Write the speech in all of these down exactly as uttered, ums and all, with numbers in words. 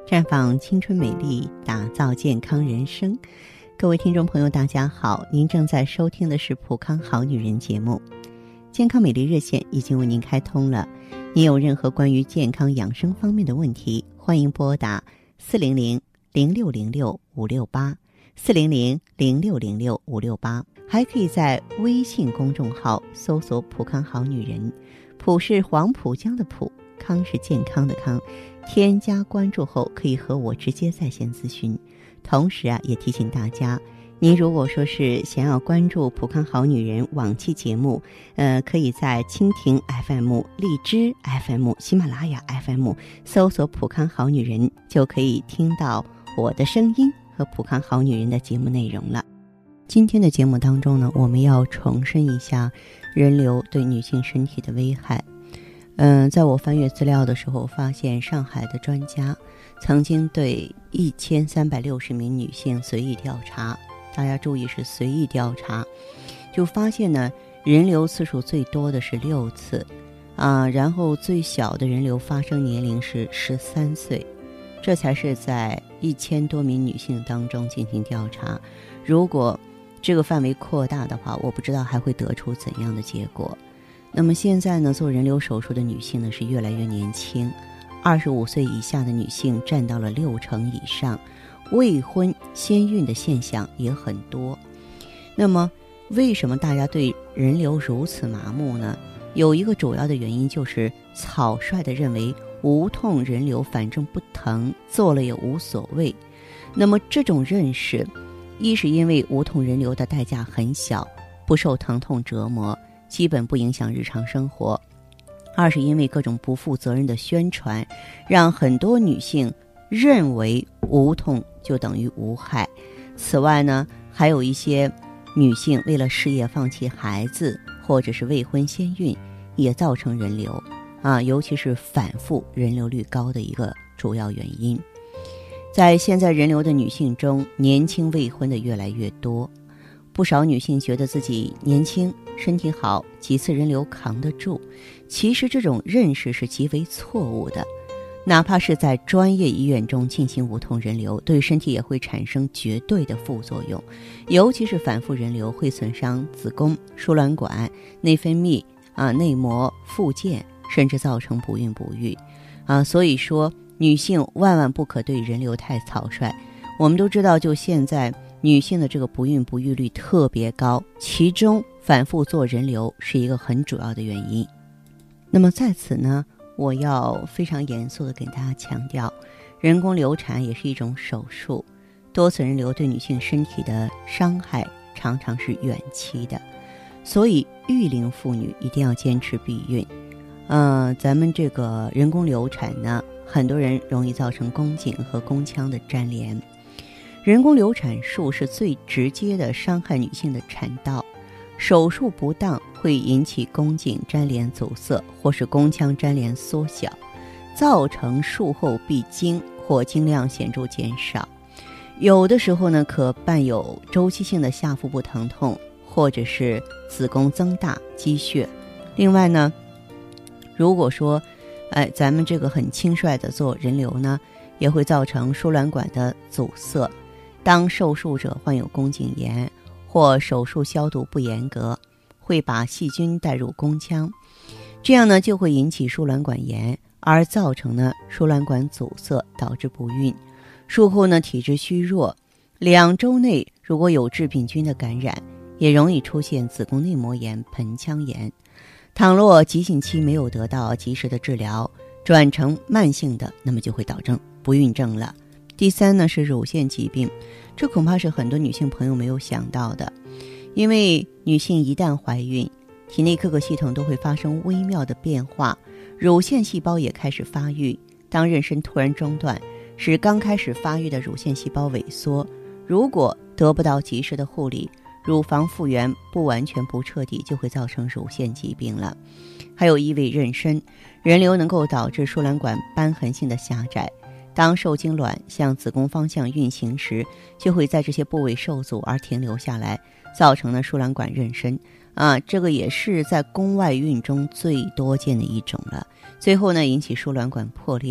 绽放青春美丽，打造健康人生。各位听众朋友大家好，您正在收听的是普康好女人节目。健康美丽热线已经为您开通了，您有任何关于健康养生方面的问题，欢迎拨打四零零零六零六五六八 四零零零六零六五六八，还可以在微信公众号搜索普康好女人，普是黄浦江的浦，康是健康的康，添加关注后可以和我直接在线咨询。同时啊，也提醒大家，您如果说是想要关注普康好女人往期节目，呃，可以在蜻蜓 F M、荔枝 F M、喜马拉雅 F M 搜索普康好女人，就可以听到我的声音和普康好女人的节目内容了。今天的节目当中呢，我们要重申一下人流对女性身体的危害。嗯、呃，在我翻阅资料的时候，发现上海的专家曾经对一千三百六十名女性随意调查，大家注意是随意调查，就发现呢，人流次数最多的是六次，啊，然后最小的人流发生年龄是十三岁，这才是在一千多名女性当中进行调查。如果这个范围扩大的话，我不知道还会得出怎样的结果。那么现在呢，做人流手术的女性呢是越来越年轻，二十五岁以下的女性占到了六成以上，未婚先孕的现象也很多。那么为什么大家对人流如此麻木呢？有一个主要的原因就是草率地认为无痛人流反正不疼，做了也无所谓。那么这种认识，一是因为无痛人流的代价很小，不受疼痛折磨，基本不影响日常生活；二是因为各种不负责任的宣传，让很多女性认为无痛就等于无害。此外呢，还有一些女性为了事业放弃孩子，或者是未婚先孕，也造成人流啊，尤其是反复人流率高的一个主要原因。在现在人流的女性中，年轻未婚的越来越多，不少女性觉得自己年轻身体好，几次人流扛得住。其实这种认识是极为错误的，哪怕是在专业医院中进行无痛人流，对身体也会产生绝对的副作用，尤其是反复人流会损伤子宫、输卵管、内分泌啊、内膜、附件，甚至造成不孕不育啊。所以说女性万万不可对人流太草率。我们都知道，就现在女性的这个不孕不育率特别高，其中反复做人流是一个很主要的原因。那么在此呢，我要非常严肃地跟大家强调，人工流产也是一种手术，多次人流对女性身体的伤害常常是远期的，所以育龄妇女一定要坚持避孕。呃，咱们这个人工流产呢，很多人容易造成宫颈和宫腔的粘连。人工流产术是最直接的伤害女性的产道，手术不当会引起宫颈粘连阻塞，或是宫腔粘连缩小，造成术后闭经或经量显著减少。有的时候呢，可伴有周期性的下腹部疼痛，或者是子宫增大积血。另外呢，如果说哎，咱们这个很轻率的做人流呢，也会造成输卵管的阻塞。当受术者患有宫颈炎或手术消毒不严格，会把细菌带入宫腔，这样呢就会引起输卵管炎，而造成呢输卵管阻塞，导致不孕。术后呢体质虚弱，两周内如果有致病菌的感染，也容易出现子宫内膜炎、盆腔炎。倘若急性期没有得到及时的治疗，转成慢性的，那么就会导致不孕症了。第三呢是乳腺疾病，这恐怕是很多女性朋友没有想到的。因为女性一旦怀孕，体内各个系统都会发生微妙的变化，乳腺细胞也开始发育。当妊娠突然中断，使刚开始发育的乳腺细胞萎缩，如果得不到及时的护理，乳房复原不完全不彻底，就会造成乳腺疾病了。还有异位妊娠，人流能够导致输卵管瘢痕性的狭窄，当受精卵向子宫方向运行时，就会在这些部位受阻而停留下来，造成了输卵管妊娠啊，这个也是在宫外孕中最多见的一种了。最后呢，引起输卵管破裂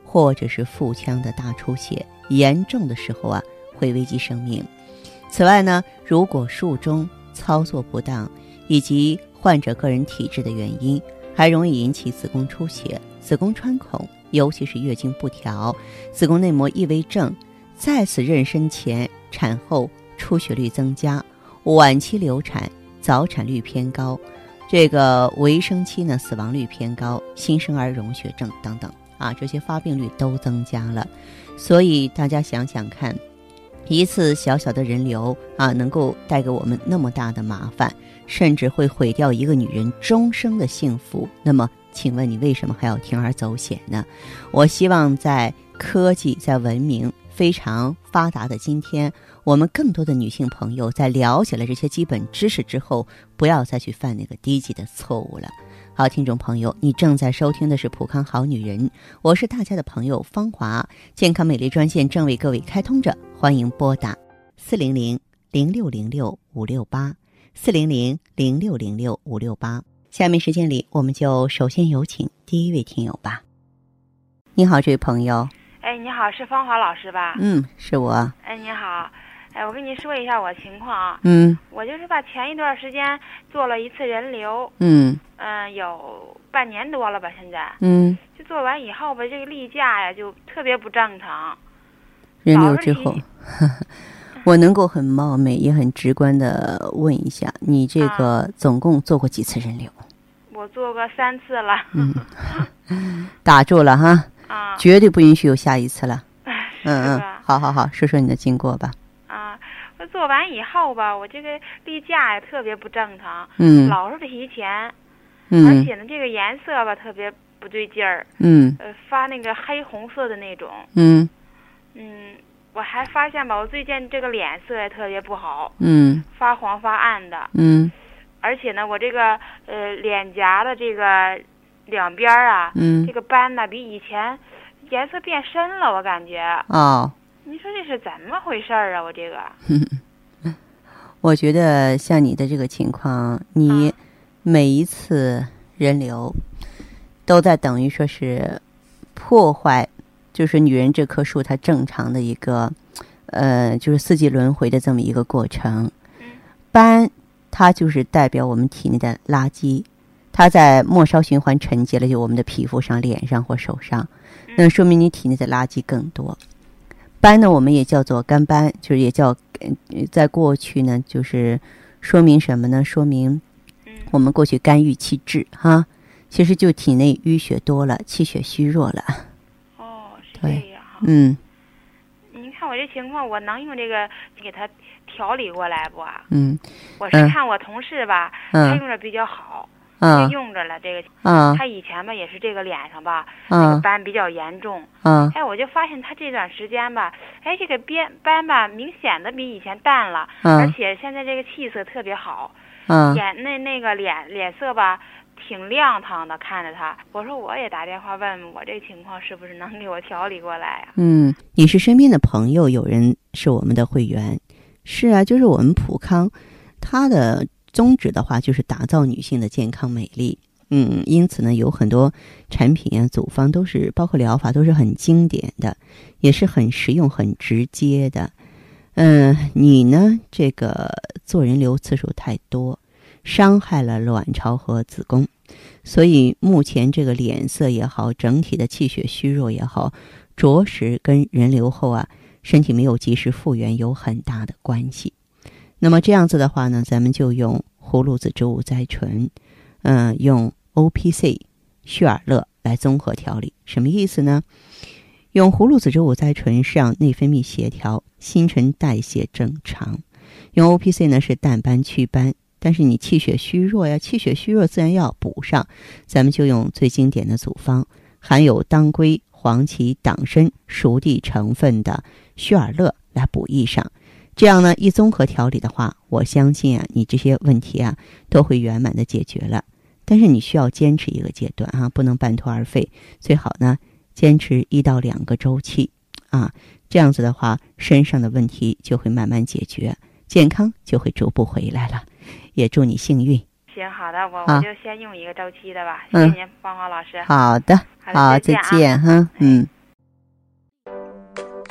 或者是腹腔的大出血，严重的时候啊会危及生命。此外呢，如果术中操作不当以及患者个人体质的原因，还容易引起子宫出血、子宫穿孔，尤其是月经不调、子宫内膜异位症，在此妊娠前、产后出血率增加，晚期流产、早产率偏高，这个围生期呢死亡率偏高，新生儿溶血症等等啊，这些发病率都增加了。所以大家想想看，一次小小的人流啊，能够带给我们那么大的麻烦，甚至会毁掉一个女人终生的幸福。那么请问你为什么还要铤而走险呢？我希望在科技在文明非常发达的今天，我们更多的女性朋友在了解了这些基本知识之后，不要再去犯那个低级的错误了。好，听众朋友，你正在收听的是普康好女人，我是大家的朋友芳华，健康美丽专线正为各位开通着，欢迎拨打四零零零六零六五六八四零零零六零六五六八。下面时间里，我们就首先有请第一位听友吧。你好，这位朋友。 哎，你好，是芳华老师吧？ 嗯，是我。 哎，你好。哎，我跟你说一下我情况啊。 嗯。 我就是吧，前一段时间做了一次人流。 嗯。 嗯、呃，有半年多了吧，现在。 嗯。 就做完以后吧，这个例假呀就特别不正常。 人流之后，我能够很冒昧也很直观的问一下，你这个总共做过几次人流？ 我做过三次了。 嗯，打住了哈。 啊。 绝对不允许有下一次了。 嗯嗯，好好好，说说你的经过吧。 啊，我做完以后吧，我这个例假也特别不正常。 嗯。 老是提前。 嗯。 而且呢，这个颜色吧特别不对劲儿。 嗯。 呃，发那个黑红色的那种。 嗯。 嗯，我还发现吧，我最近这个脸色也特别不好。 嗯。 发黄发暗的。 嗯。 而且呢，我这个呃脸颊的这个两边啊， 嗯， 这个斑呢比以前颜色变深了，我感觉。 哦。 你说这是怎么回事啊？我这个。 我觉得像你的这个情况，你每一次人流都在等于说是破坏，就是女人这棵树它正常的一个呃，就是四季轮回的这么一个过程。斑它就是代表我们体内的垃圾，它在末梢循环沉积了就我们的皮肤上、脸上或手上，那说明你体内的垃圾更多。斑呢，我们也叫做肝斑，就是也叫在过去呢，就是说明什么呢？说明我们过去肝郁气滞哈，其实就体内淤血多了，气血虚弱了。 哦，是这样哈。 嗯。 你看我这情况，我能用这个给它调理过来不啊？ 嗯。 我是看我同事吧， 嗯、 他用着比较好。 嗯， 用着了这个， 嗯， 他以前吧也是这个脸上吧， 嗯， 那个斑比较严重， 嗯， 哎，我就发现他这段时间吧，哎，这个边斑吧明显的比以前淡了， 嗯， 而且现在这个气色特别好， 嗯， 眼那那个脸脸色吧挺亮堂的，看着他，我说我也打电话问问我这情况是不是能给我调理过来啊？ 嗯，你是身边的朋友有人是我们的会员，是啊，就是我们普康，他的宗旨的话就是打造女性的健康美丽，嗯，因此呢，有很多产品啊、组方都是包括疗法都是很经典的，也是很实用、很直接的。嗯、呃，你呢，这个做人流次数太多，伤害了卵巢和子宫，所以目前这个脸色也好，整体的气血虚弱也好，着实跟人流后啊身体没有及时复原有很大的关系。那么这样子的话呢，咱们就用葫芦籽植物甾醇，嗯、呃，用 O P C 血尔乐来综合调理。什么意思呢？用葫芦籽植物甾醇是让内分泌协调，新陈代谢正常；用 O P C 呢是淡斑祛斑。但是你气血虚弱呀，气血虚弱自然要补上，咱们就用最经典的组方，含有当归、黄芪、党参、熟地成分的血尔乐来补益上。这样呢，一综合调理的话，我相信啊，你这些问题啊都会圆满的解决了。但是你需要坚持一个阶段啊，不能半途而废。最好呢，坚持一到两个周期啊，这样子的话，身上的问题就会慢慢解决，健康就会逐步回来了。也祝你幸运。 行，好的，我、 啊、 我就先用一个周期的吧。谢谢您，芳华老师。 好的，好，再见哈，嗯。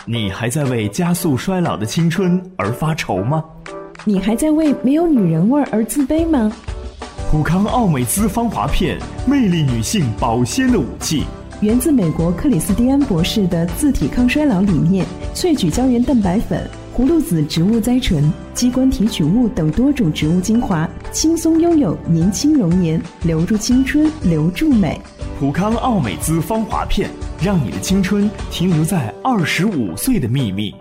你还在为加速衰老的青春而发愁吗？ 你还在为没有女人味而自卑吗？ 普康奥美姿芳华片，魅力女性保鲜的武器。 源自美国克里斯蒂安博士的自体抗衰老理念，萃取胶原蛋白粉、葫芦籽植物甾醇、鸡冠提取物等多种植物精华，轻松拥有年轻容颜，留住青春，留住美。 普康奥美姿芳华片，让你的青春停留在二十五岁的秘密。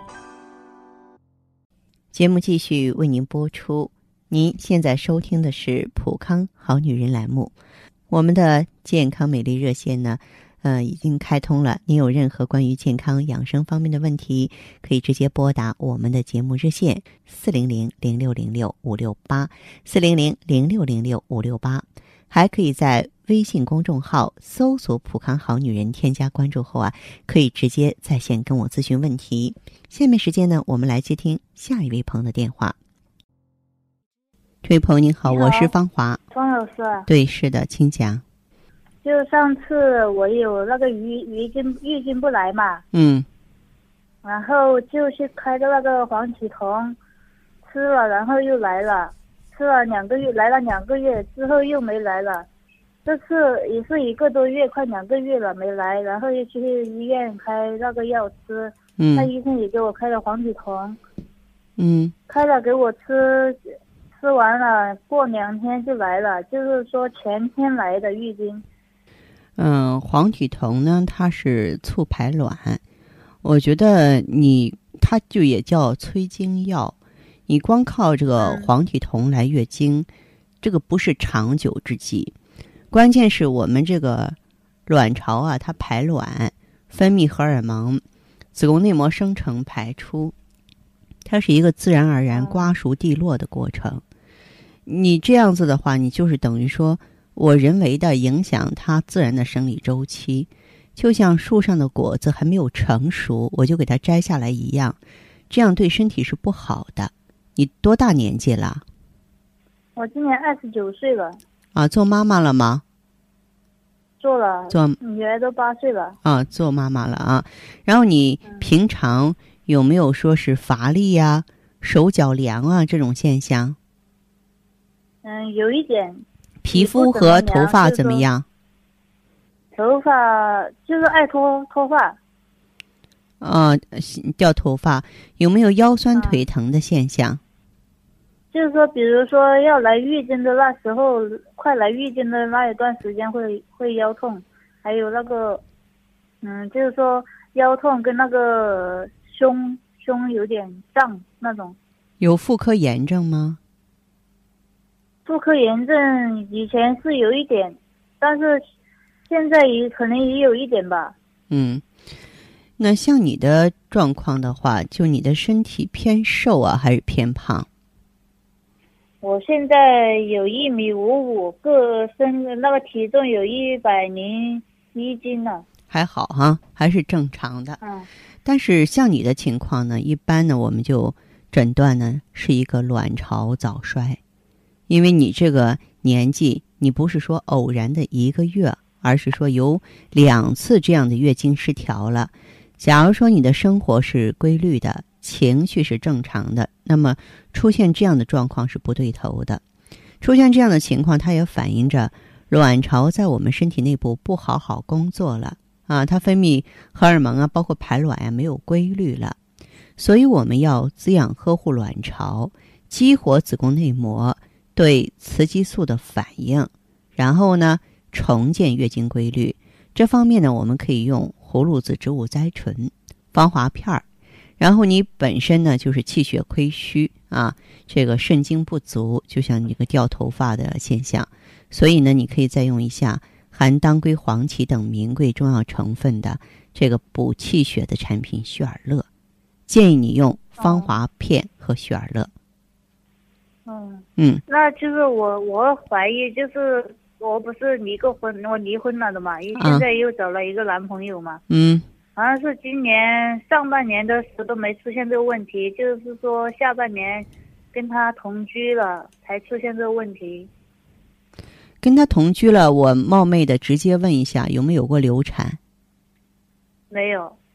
节目继续为您播出。您现在收听的是普康好女人栏目，我们的健康美丽热线呢，呃，已经开通了。您有任何关于健康养生方面的问题，可以直接拨打我们的节目热线四零零零六零六五六八四零零零六零六五六八，还可以在微信公众号搜索普康好女人，添加关注后啊，可以直接在线跟我咨询问题。下面时间呢，我们来接听下一位朋友的电话。这位朋友您好，我是芳华。 方老师啊？ 对，是的，请讲。 就上次我有那个月月经月经不来嘛， 嗯， 然后就去开的那个黄体酮，吃了，然后又来了，吃了两个月，来了两个月之后又没来了，这次也是一个多月，快两个月了没来，然后又去医院开那个药吃， 嗯， 那医生也给我开了黄体酮， 嗯， 开了给我吃。吃完了，过两天就来了，就是说前天来的月经。 嗯，黄体酮呢，它是促排卵，我觉得你它就也叫催经药，你光靠这个黄体酮来月经，嗯、这个不是长久之计。关键是我们这个卵巢啊，它排卵、分泌荷尔蒙、子宫内膜生成、排出，它是一个自然而然瓜熟蒂落的过程。你这样子的话，你就是等于说我人为的影响它自然的生理周期，就像树上的果子还没有成熟，我就给它摘下来一样，这样对身体是不好的。你多大年纪了？ 我今年二十九岁了。 啊，做妈妈了吗？ 做了。 做女儿都八岁了。 啊，做妈妈了啊。然后你平常有没有说是乏力呀、啊、手脚凉啊这种现象？ 嗯，有一点。 皮肤和头发怎么样？ 头发就是爱脱脱发。 呃，掉头发，有没有腰酸腿疼的现象？ 嗯、就是说，比如说要来月经的那时候，快来月经的那一段时间会会腰痛，还有那个，嗯，就是说腰痛跟那个胸胸有点胀那种。 有妇科炎症吗？ 妇科炎症以前是有一点，但是现在也可能也有一点吧。 嗯，那像你的状况的话，就你的身体偏瘦啊，还是偏胖？ 我现在有一米五五，个身那个体重有一百零一斤了。 还好哈，还是正常的。 嗯。 但是像你的情况呢，一般呢我们就诊断呢是一个卵巢早衰。因为你这个年纪，你不是说偶然的一个月，而是说有两次这样的月经失调了。假如说你的生活是规律的，情绪是正常的，那么出现这样的状况是不对头的。出现这样的情况，它也反映着卵巢在我们身体内部不好好工作了啊，它分泌荷尔蒙啊，包括排卵啊，没有规律了。所以我们要滋养呵护卵巢，激活子宫内膜对雌激素的反应，然后呢重建月经规律。这方面呢，我们可以用葫芦籽植物甾醇、芳华片儿。然后你本身呢就是气血亏虚啊，这个肾精不足，就像你这个掉头发的现象，所以呢你可以再用一下含当归、黄芪等名贵中药成分的这个补气血的产品血尔乐，建议你用芳华片和血尔乐。 嗯嗯， 那就是我我怀疑，就是我不是离过婚，我离婚了的嘛，现在又找了一个男朋友嘛。 嗯， 好像是今年上半年的时候都没出现这个问题，就是说下半年跟他同居了才出现这个问题。 跟他同居了，我冒昧的直接问一下，有没有过流产？ 没有。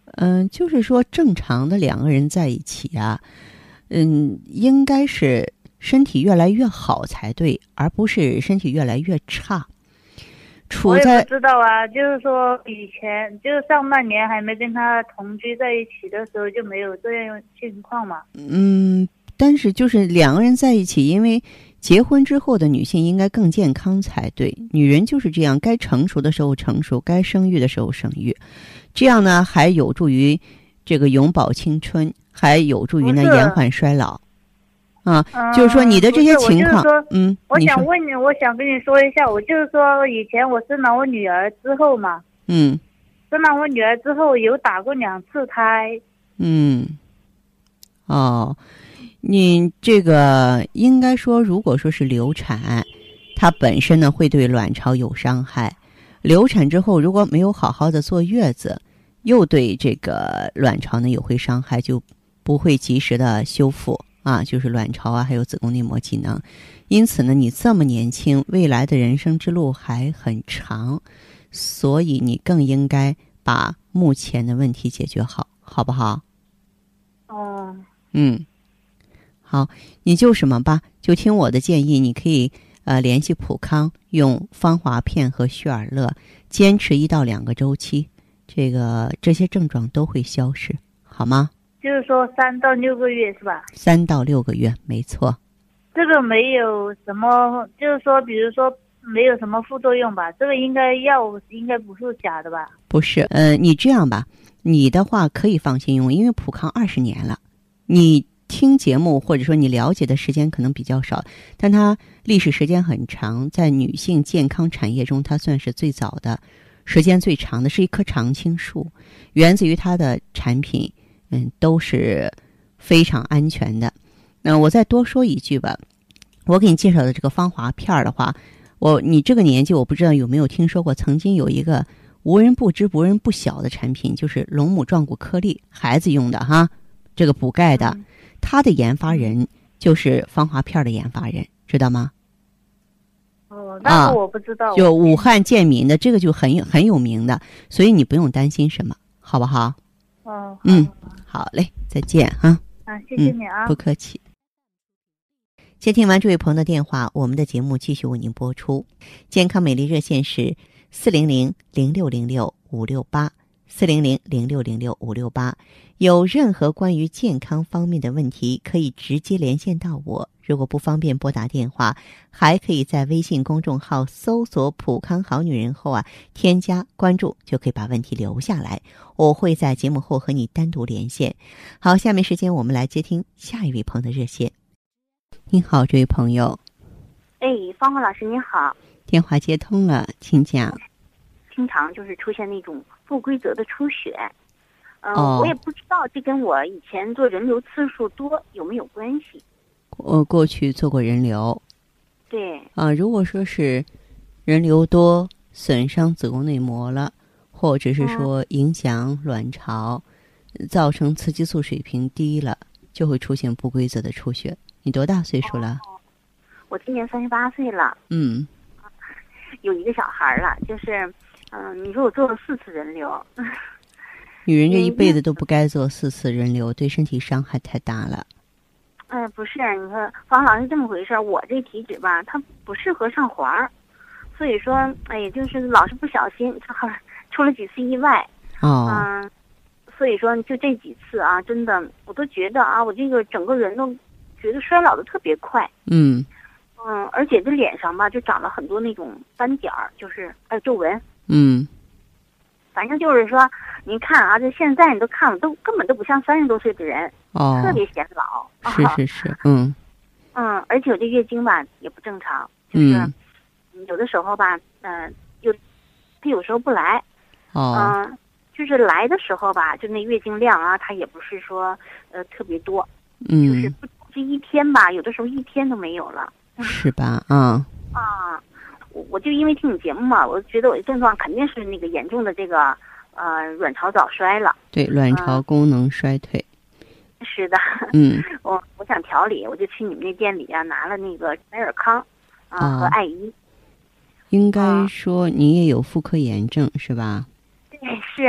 嗯、呃，就是说正常的两个人在一起啊，嗯，应该是身体越来越好才对，而不是身体越来越差。处在我也不知道啊，就是说以前就是上半年还没跟他同居在一起的时候就没有这样情况嘛。 嗯，但是就是两个人在一起，因为结婚之后的女性应该更健康才对，女人就是这样，该成熟的时候成熟，该生育的时候生育，这样呢还有助于这个永葆青春，还有助于呢延缓衰老。啊、嗯，就是说你的这些情况，嗯， 我想问你，我想跟你说一下，我就是说以前我生了我女儿之后嘛， 嗯， 生了我女儿之后有打过两次胎， 嗯，哦，你这个应该说，如果说是流产，它本身呢会对卵巢有伤害，流产之后如果没有好好的坐月子，又对这个卵巢呢有会伤害，就不会及时的修复。啊，就是卵巢啊，还有子宫内膜机能，因此呢，你这么年轻，未来的人生之路还很长，所以你更应该把目前的问题解决好，好不好？ 哦， 嗯，好，你就什么吧，就听我的建议，你可以呃联系普康，用芳华片和旭尔乐，坚持一到两个周期，这个这些症状都会消失，好吗？ 就是说三到六个月是吧？ 三到六个月，没错。 这个没有什么，就是说，比如说没有什么副作用吧？这个应该药应该不是假的吧？ 不是，呃，你这样吧，你的话可以放心用，因为普康二十年了，你听节目或者说你了解的时间可能比较少，但它历史时间很长，在女性健康产业中，它算是最早的，时间最长的，是一棵常青树，源自于它的产品。嗯，都是非常安全的。那我再多说一句吧，我给你介绍的这个芳华片的话，我你这个年纪我不知道有没有听说过，曾经有一个无人不知、无人不晓的产品，就是龙母壮骨颗粒，孩子用的哈，这个补钙的，它的研发人就是芳华片的研发人，知道吗？ 哦，那个我不知道。 啊、就武汉健民的，这个就很有很有名的，所以你不用担心什么，好不好？ 哦， 嗯，好嘞，再见哈。 啊，谢谢你啊， 嗯、不客气。接听完这位朋友的电话，我们的节目继续为您播出。健康美丽热线是四零零零六零六五六八，四零零零六零六五六八。有任何关于健康方面的问题，可以直接连线到我。如果不方便拨打电话，还可以在微信公众号搜索普康好女人后啊，添加关注，就可以把问题留下来，我会在节目后和你单独连线。好，下面时间我们来接听下一位朋友的热线。您好，这位朋友。 哎，芳华老师您好。 电话接通了，请讲。 经常就是出现那种不规则的出血，嗯、 呃哦， 我也不知道这跟我以前做人流次数多有没有关系。 我过去做过人流。 对。 啊，如果说是人流多损伤子宫内膜了，或者是说影响卵巢，嗯、造成雌激素水平低了，就会出现不规则的出血。你多大岁数了？ 哦、我今年三十八岁了。 嗯。 有一个小孩了，就是嗯、呃，你说我做了四次人流。 女人这一辈子都不该做四次人流，对身体伤害太大了。 哎、呃，不是，你说方老师这么回事，我这体脂吧，它不适合上环儿，所以说，哎，就是老是不小心，正好出了几次意外。 哦。 嗯、呃，所以说就这几次啊，真的，我都觉得啊，我这个整个人都觉得衰老的特别快。 嗯。 嗯，而且这脸上吧，就长了很多那种斑点儿，就是还有皱纹。 嗯。 反正就是说，您看啊，这现在你都看了，都根本都不像三十多岁的人。 哦。 特别显老。 是是是，嗯。 嗯，而且我这月经吧也不正常，就是、嗯、有的时候吧，嗯、呃，有它有时候不来。 哦。 嗯、呃，就是来的时候吧，就那月经量啊，它也不是说呃特别多。 嗯。 就是不这一天吧，有的时候一天都没有了。 是吧？啊。 啊。我我就因为听你节目嘛，我觉得我的症状肯定是那个严重的这个呃卵巢早衰了。 对，卵巢功能衰退。 嗯、是的。 嗯。 我我想调理，我就去你们那店里啊拿了那个美尔康啊、呃哦、和艾依。 应该说你也有妇科炎症、啊、是吧？ 对，是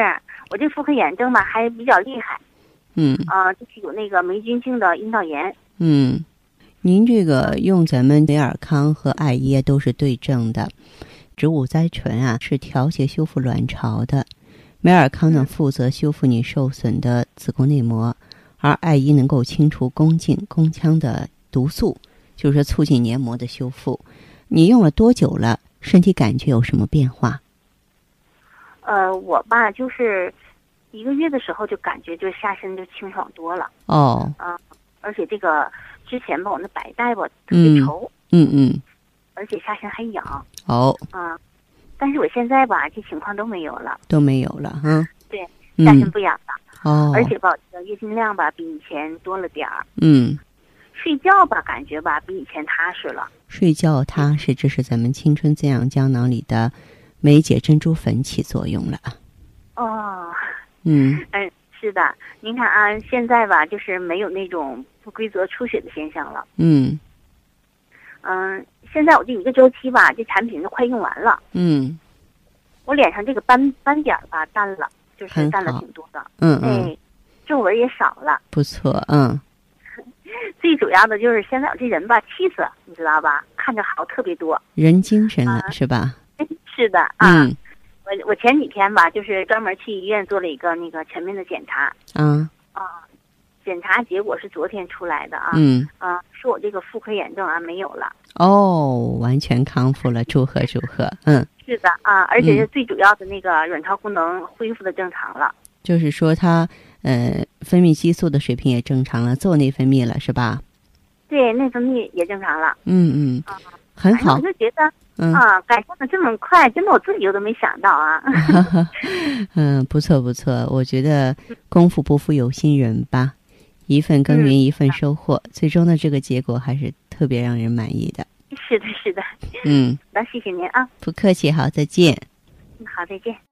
我这妇科炎症吧还比较厉害。 嗯啊、呃，就是有那个霉菌性的阴道炎。 嗯，您这个用咱们美尔康和艾耶都是对症的。植物甾醇啊是调节修复卵巢的，美尔康呢负责修复你受损的子宫内膜，而艾耶能够清除宫颈、宫腔的毒素，就是说促进黏膜的修复。你用了多久了？身体感觉有什么变化？ 呃，我吧就是一个月的时候就感觉就下身就清爽多了。 哦， 啊、呃，而且这个之前吧，我那白带吧特别稠， 嗯嗯， 而且下身还痒。 哦， 啊、呃，但是我现在吧，这情况都没有了， 都没有了哈。 对，下身不痒了。 哦， 而且吧，这个月经量吧比以前多了点儿。 嗯， 睡觉吧感觉吧比以前踏实了。 睡觉踏实，这是咱们青春滋养胶囊里的梅姐珍珠粉起作用了。 哦， 嗯嗯，是的，您看啊，现在吧就是没有那种不规则出血的现象了。 嗯嗯，现在我这一个周期吧，这产品都快用完了。 嗯， 我脸上这个斑斑点吧淡了，就是淡了挺多的。 嗯嗯， 哎，皱纹也少了。 不错，嗯。 最主要的就是现在我这人吧气色，你知道吧？看着好特别多， 人精神了、啊、是吧？ 是的啊。 嗯。 我我前几天吧，就是专门去医院做了一个那个全面的检查。 啊。 啊，检查结果是昨天出来的啊。 嗯。 啊，说我这个妇科炎症啊没有了。 哦，完全康复了，祝贺祝贺，嗯。 是的啊，而且是最主要的那个卵巢功能恢复的正常了。 嗯、就是说它呃分泌激素的水平也正常了，做内分泌了是吧？ 对，内分泌也正常了。 嗯嗯，啊、很好。 我就觉得。 嗯啊，改善的这么快，真的我自己我都没想到啊。 嗯，不错不错，我觉得功夫不负有心人吧，一份耕耘一份收获，嗯、最终的这个结果还是特别让人满意的。 是的，是的。 嗯， 那谢谢您啊。 不客气，好，再见。 好，再见。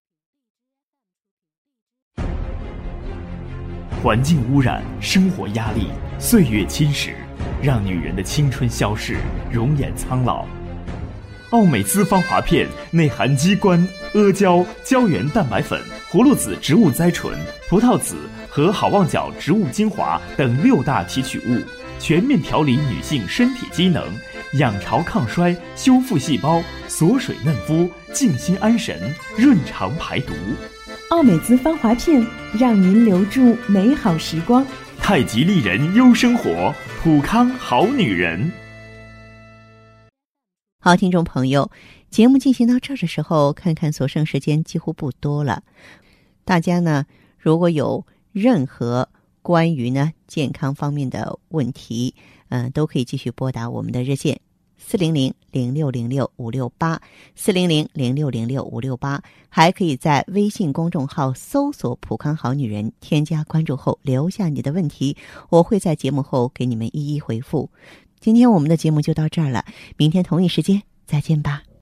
环境污染、生活压力、岁月侵蚀，让女人的青春消逝，容颜苍老。奥美姿芳华片内含鸡冠、阿胶、胶原蛋白粉、葫芦籽植物甾醇、葡萄籽和好望角植物精华等六大提取物，全面调理女性身体机能，养巢抗衰，修复细胞，锁水嫩肤，静心安神，润肠排毒。 奥美姿芳华片，让您留住美好时光。 太极丽人优生活，普康好女人。 好，听众朋友，节目进行到这儿的时候，看看所剩时间几乎不多了。大家呢，如果有任何关于呢健康方面的问题，嗯、呃，都可以继续拨打我们的热线四零零零六零六五六八四零零零六零六五六八，还可以在微信公众号搜索“普康好女人”，添加关注后留下你的问题，我会在节目后给你们一一回复。今天我们的节目就到这儿了，明天同一时间再见吧。